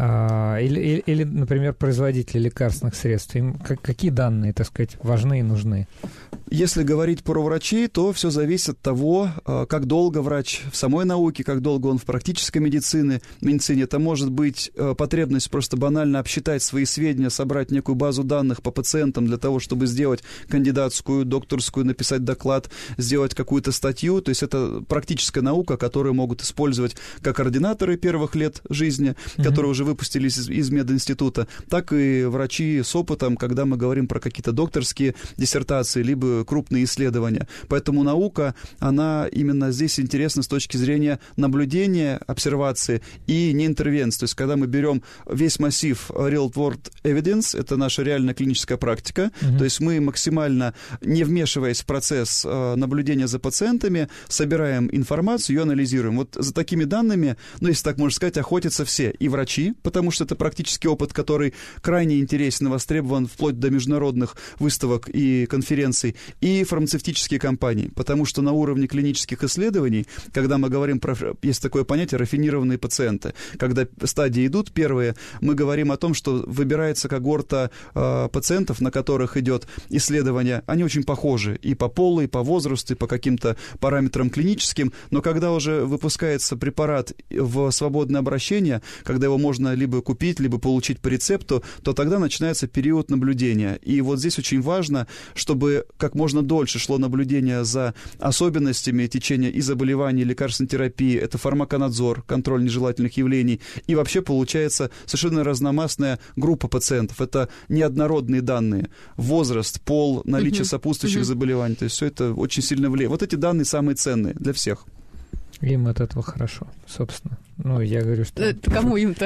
Или, например, производители лекарственных средств. Им какие данные, так сказать, важны и нужны? Если говорить про врачей, то все зависит от того, как долго врач в самой науке, как долго он в практической медицине. Это может быть потребность просто банально обсчитать свои сведения, собрать некую базу данных по пациентам для того, чтобы сделать кандидатскую, докторскую, написать доклад, сделать какую-то статью. То есть это практическая наука, которую могут использовать как ординаторы первых лет жизни, которые уже выпустились из мединститута, так и врачи с опытом, когда мы говорим про какие-то докторские диссертации, либо крупные исследования. Поэтому наука, она именно здесь интересна с точки зрения наблюдения, обсервации и не интервенции. То есть, когда мы берем весь массив real-world evidence, это наша реальная клиническая практика, то есть мы максимально, не вмешиваясь в процесс наблюдения за пациентами, собираем информацию, ее анализируем. Вот за такими данными, если так можно сказать, охотятся все. И врачи, потому что это практический опыт, который крайне интересен и востребован вплоть до международных выставок и конференций, и фармацевтические компании, потому что на уровне клинических исследований, когда мы говорим про, есть такое понятие, рафинированные пациенты, когда стадии идут первые, мы говорим о том, что выбирается когорта пациентов, на которых идет исследование, они очень похожи и по полу, и по возрасту, и по каким-то параметрам клиническим, но когда уже выпускается препарат в свободное обращение, когда его можно либо купить, либо получить по рецепту, то тогда начинается период наблюдения. И вот здесь очень важно, чтобы как можно дольше шло наблюдение за особенностями течения и заболеваний, лекарственной терапии, это фармаконадзор, контроль нежелательных явлений, и вообще получается совершенно разномастная группа пациентов. Это неоднородные данные. Возраст, пол, наличие сопутствующих заболеваний. То есть все это очень сильно влияет. Вот эти данные самые ценные для всех. Им от этого хорошо, собственно. Ну, я говорю, что... Кому им-то?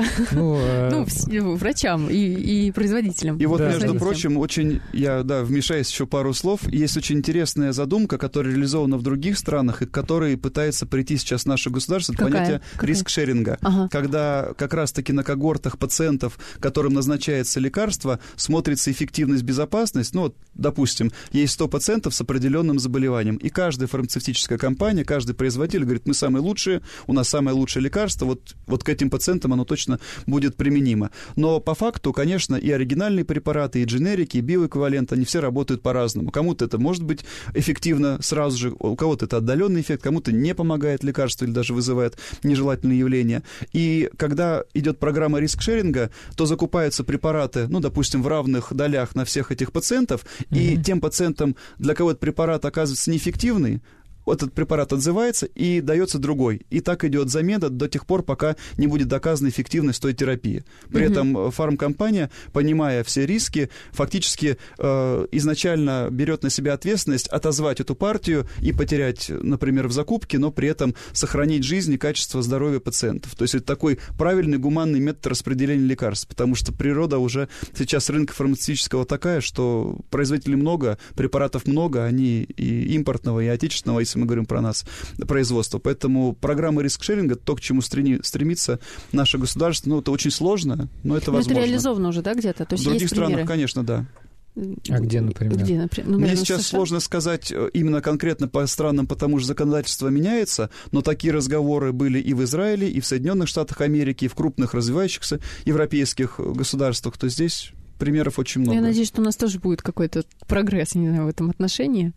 Врачам и производителям. И вот, между прочим, очень, я вмешаюсь еще пару слов, есть очень интересная задумка, которая реализована в других странах, и к которой пытается прийти сейчас наше государство, это понятие риск-шеринга. Когда как раз-таки на когортах пациентов, которым назначается лекарство, смотрится эффективность, безопасность. Ну, вот, допустим, есть 100 пациентов с определенным заболеванием, и каждая фармацевтическая компания, каждый производитель говорит, мы самые лучшие, у нас самое лучшее лекарство, вот к этим пациентам оно точно будет применимо. Но по факту, конечно, и оригинальные препараты, и дженерики, и биоэквиваленты, они все работают по-разному. Кому-то это может быть эффективно сразу же, у кого-то это отдаленный эффект, кому-то не помогает лекарство или даже вызывает нежелательные явления. И когда идет программа риск-шеринга, то закупаются препараты, ну, допустим, в равных долях на всех этих пациентов, и тем пациентам, для кого этот препарат оказывается неэффективный, этот препарат отзывается и дается другой. И так идет замена до тех пор, пока не будет доказана эффективность той терапии. При этом фармкомпания, понимая все риски, фактически изначально берет на себя ответственность отозвать эту партию и потерять, например, в закупке, но при этом сохранить жизнь и качество здоровья пациентов. То есть это такой правильный, гуманный метод распределения лекарств, потому что природа уже сейчас рынка фармацевтического такая, что производителей много, препаратов много, они и импортного, и отечественного, если мы говорим про нас, производство. Поэтому программа риск-шеринга, то, к чему стремится наше государство, ну, это очень сложно, но это возможно. Это реализовано уже, да, где-то? То есть в других есть странах, примеры? Конечно, да. А где, например? Мне сейчас сложно сказать именно конкретно по странам, потому что законодательство меняется, но такие разговоры были и в Израиле, и в Соединенных Штатах Америки, и в крупных развивающихся европейских государствах, то здесь примеров очень много. Я надеюсь, что у нас тоже будет какой-то прогресс, не знаю, в этом отношении.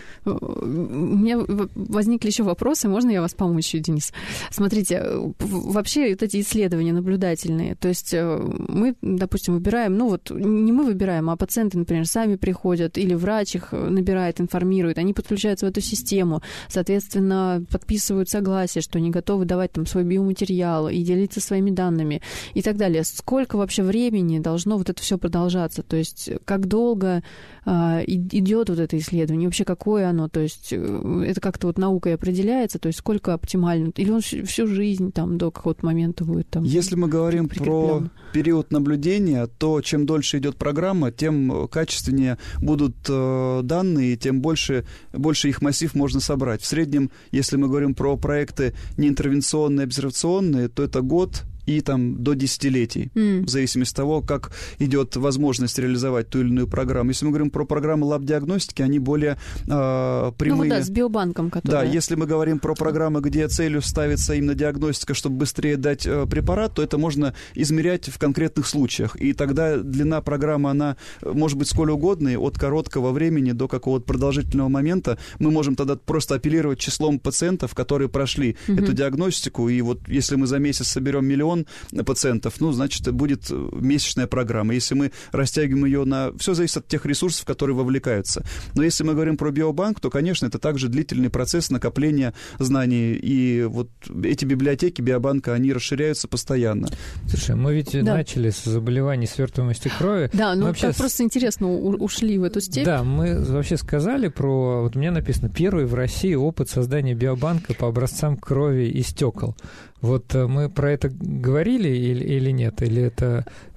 У меня возникли еще вопросы. Можно я вас помочу, Денис? Смотрите, вообще вот эти исследования наблюдательные, то есть мы, допустим, выбираем, ну вот не мы выбираем, а пациенты, например, сами приходят, или врач их набирает, информирует, они подключаются в эту систему, соответственно, подписывают согласие, что они готовы давать там свой биоматериал и делиться своими данными и так далее. Сколько вообще времени должно вот это все продолжаться? То есть как долго идет вот это исследование, вообще какое оно, то есть это как-то вот наукой определяется, то есть сколько оптимально, или он всю жизнь там до какого-то момента будет там. Если мы говорим про период наблюдения, то чем дольше идет программа, тем качественнее будут данные, тем больше их массив можно собрать. В среднем, если мы говорим про проекты неинтервенционные, обсервационные, то это год и там до десятилетий, в зависимости от того, как идет возможность реализовать ту или иную программу. Если мы говорим про программы лаб-диагностики, они более прямые. Ну, да, с биобанком, который... Да, если мы говорим про программы, где целью ставится именно диагностика, чтобы быстрее дать препарат, то это можно измерять в конкретных случаях. И тогда длина программы, она может быть сколь угодно, от короткого времени до какого-то продолжительного момента. Мы можем тогда просто апеллировать числом пациентов, которые прошли эту диагностику. И вот если мы за месяц соберем 1 миллион пациентов, ну, значит, будет месячная программа. Если мы растягиваем ее на... Все зависит от тех ресурсов, которые вовлекаются. Но если мы говорим про биобанк, то, конечно, это также длительный процесс накопления знаний. И вот эти библиотеки биобанка, они расширяются постоянно. Слушай, мы ведь начали с заболеваний свертываемости крови. Да, ну вообще... так просто интересно ушли в эту степь. Да, мы вообще сказали про... Вот у меня написано, первый в России опыт создания биобанка по образцам крови и стекол. Вот мы про это говорили или нет? Или это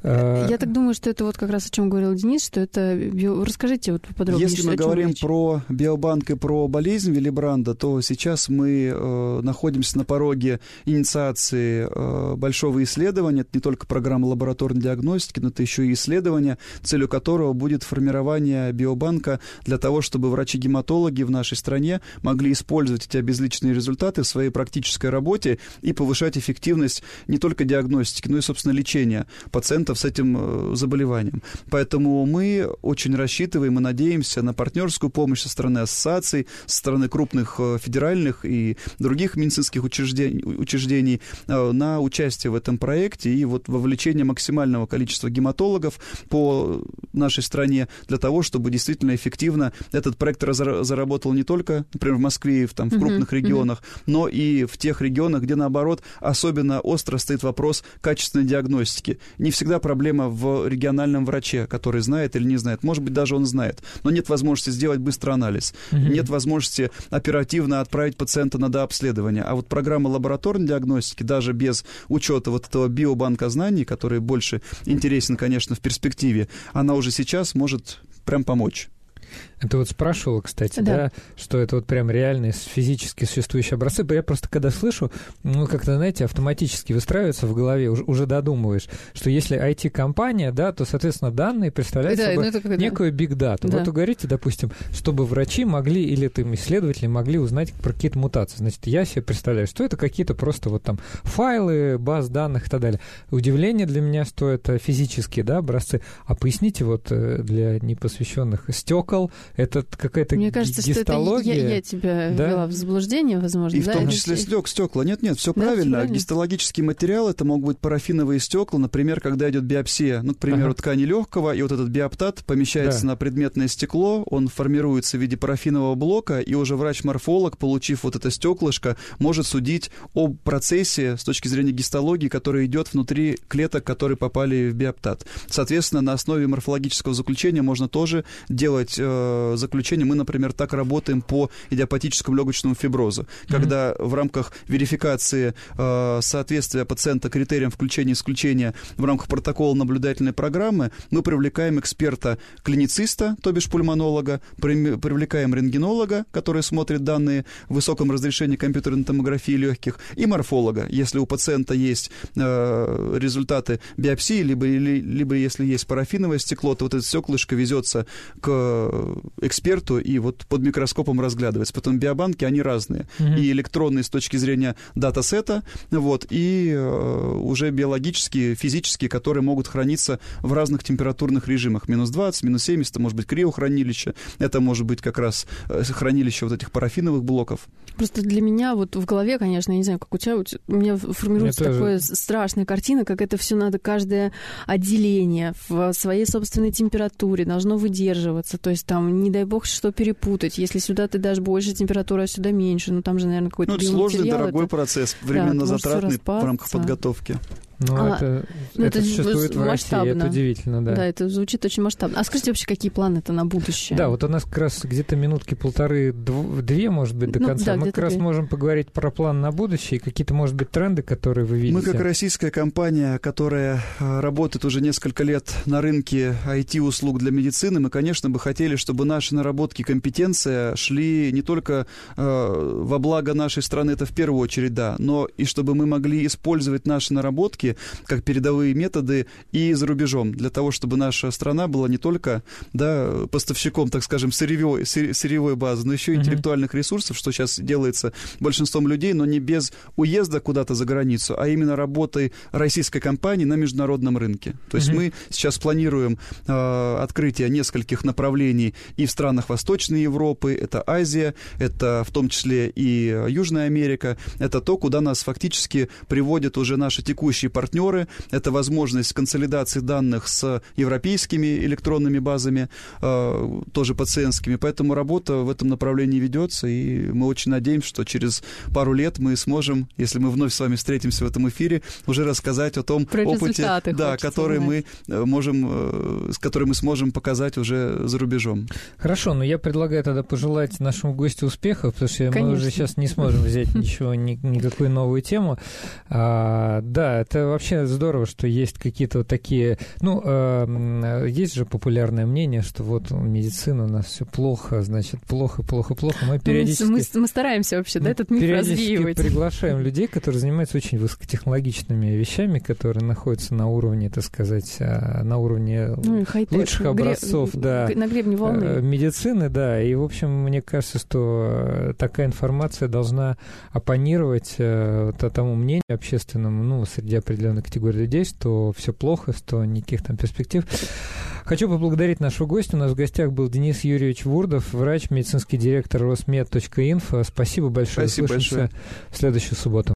Я так думаю, что это вот как раз о чем говорил Денис, что это... Расскажите вот поподробнее. Если мы говорим про биобанк и про болезнь Виллибранда, то сейчас мы находимся на пороге инициации большого исследования. Это не только программа лабораторной диагностики, но это еще и исследование, целью которого будет формирование биобанка для того, чтобы врачи-гематологи в нашей стране могли использовать эти обезличенные результаты в своей практической работе и повышать эффективность не только диагностики, но и, собственно, лечения пациентов с этим заболеванием. Поэтому мы очень рассчитываем и надеемся на партнерскую помощь со стороны ассоциаций, со стороны крупных федеральных и других медицинских учреждений на участие в этом проекте и вот вовлечение максимального количества гематологов по нашей стране для того, чтобы действительно эффективно этот проект заработал не только, например, в Москве и в крупных регионах, но и в тех регионах, где, наоборот, особенно остро стоит вопрос качественной диагностики. Не всегда проблема в региональном враче, который знает или не знает. Может быть, даже он знает, но нет возможности сделать быстрый анализ, нет возможности оперативно отправить пациента на дообследование. А вот программа лабораторной диагностики, даже без учета вот этого биобанка знаний, который больше интересен, конечно, в перспективе, она уже сейчас может прям помочь. Это вот спрашивала, кстати, да, что это вот прям реальные физически существующие образцы. Я просто когда слышу, как-то, знаете, автоматически выстраивается в голове, уже додумываешь, что если IT-компания, да, то, соответственно, данные представляют собой некую биг-дату. Да. Вот вы говорите, допустим, чтобы врачи могли или там исследователи могли узнать про какие-то мутации. Значит, я себе представляю, что это какие-то просто вот там файлы, баз данных и так далее. Удивление для меня, что это физические, да, образцы. А поясните вот для непосвященных стекол, это какая-то Мне кажется, гистология. Что это я тебя ввела в заблуждение, возможно. И в том числе стекла. Нет, все правильно. Гистологический материал, это могут быть парафиновые стекла, например, когда идет биопсия, к примеру, ткани легкого, и вот этот биоптат помещается на предметное стекло, он формируется в виде парафинового блока, и уже врач-морфолог, получив вот это стеклышко, может судить о процессе с точки зрения гистологии, который идет внутри клеток, которые попали в биоптат. Соответственно, на основе морфологического заключения можно тоже делать заключение. Мы, например, так работаем по идиопатическому легочному фиброзу, когда в рамках верификации соответствия пациента критериям включения и исключения в рамках протокола наблюдательной программы мы привлекаем эксперта-клинициста, то бишь пульмонолога, привлекаем рентгенолога, который смотрит данные в высоком разрешении компьютерной томографии легких, и морфолога, если у пациента есть результаты биопсии, либо если есть парафиновое стекло, то вот это стеклышко везется к эксперту и вот под микроскопом разглядывается. Потом биобанки, они разные. И электронные с точки зрения датасета, вот, и уже биологические, физические, которые могут храниться в разных температурных режимах. Минус 20, минус 70, это может быть криохранилище, это может быть как раз хранилище вот этих парафиновых блоков. Просто для меня вот в голове, конечно, я не знаю, как у тебя меня формируется такая страшная картина, как это все надо, каждое отделение в своей собственной температуре должно выдерживаться. То есть там, не дай бог, что перепутать. Если сюда ты дашь больше температуры, а сюда меньше, там же, наверное, какой-то биоматериал. Это сложный, дорогой процесс, временно затратный в рамках подготовки. Это существует в России, это удивительно, да. Да, это звучит очень масштабно. А скажите вообще, какие планы-то на будущее? Да, вот у нас как раз где-то минутки полторы-две, может быть, до конца. Мы как раз можем поговорить про план на будущее и какие-то, может быть, тренды, которые вы видите. Мы как российская компания, которая работает уже несколько лет на рынке IT-услуг для медицины, мы, конечно, бы хотели, чтобы наши наработки, компетенция шли не только во благо нашей страны, это в первую очередь, да, но и чтобы мы могли использовать наши наработки как передовые методы и за рубежом, для того, чтобы наша страна была не только поставщиком, так скажем, сырьевой базы, но еще и интеллектуальных ресурсов, что сейчас делается большинством людей, но не без уезда куда-то за границу, а именно работой российской компании на международном рынке. То есть мы сейчас планируем открытие нескольких направлений и в странах Восточной Европы, это Азия, это в том числе и Южная Америка, это то, куда нас фактически приводят уже наши текущие партнеры, это возможность консолидации данных с европейскими электронными базами, тоже пациентскими, поэтому работа в этом направлении ведется, и мы очень надеемся, что через пару лет мы сможем, если мы вновь с вами встретимся в этом эфире, уже рассказать о том опыте, который мы можем, с которым мы сможем показать уже за рубежом. Хорошо, но я предлагаю тогда пожелать нашему гостю успехов, потому что мы уже сейчас не сможем взять никакую новую тему. Да, это это вообще здорово, что есть какие-то вот такие... есть же популярное мнение, что вот медицина у нас все плохо, значит, плохо. Мы периодически... Мы стараемся вообще, да, этот миф развеивать. Приглашаем людей, которые занимаются очень высокотехнологичными вещами, которые находятся на уровне, так сказать, на уровне лучших образцов, да, на гребне волны. Медицины, да. И, в общем, мне кажется, что такая информация должна оппонировать тому мнению общественному, среди определенной категории людей, что все плохо, что никаких там перспектив. Хочу поблагодарить нашего гостя. У нас в гостях был Денис Юрьевич Вурдов, врач, медицинский директор Росмед.инфо. Спасибо большое. Спасибо большое. В следующую субботу.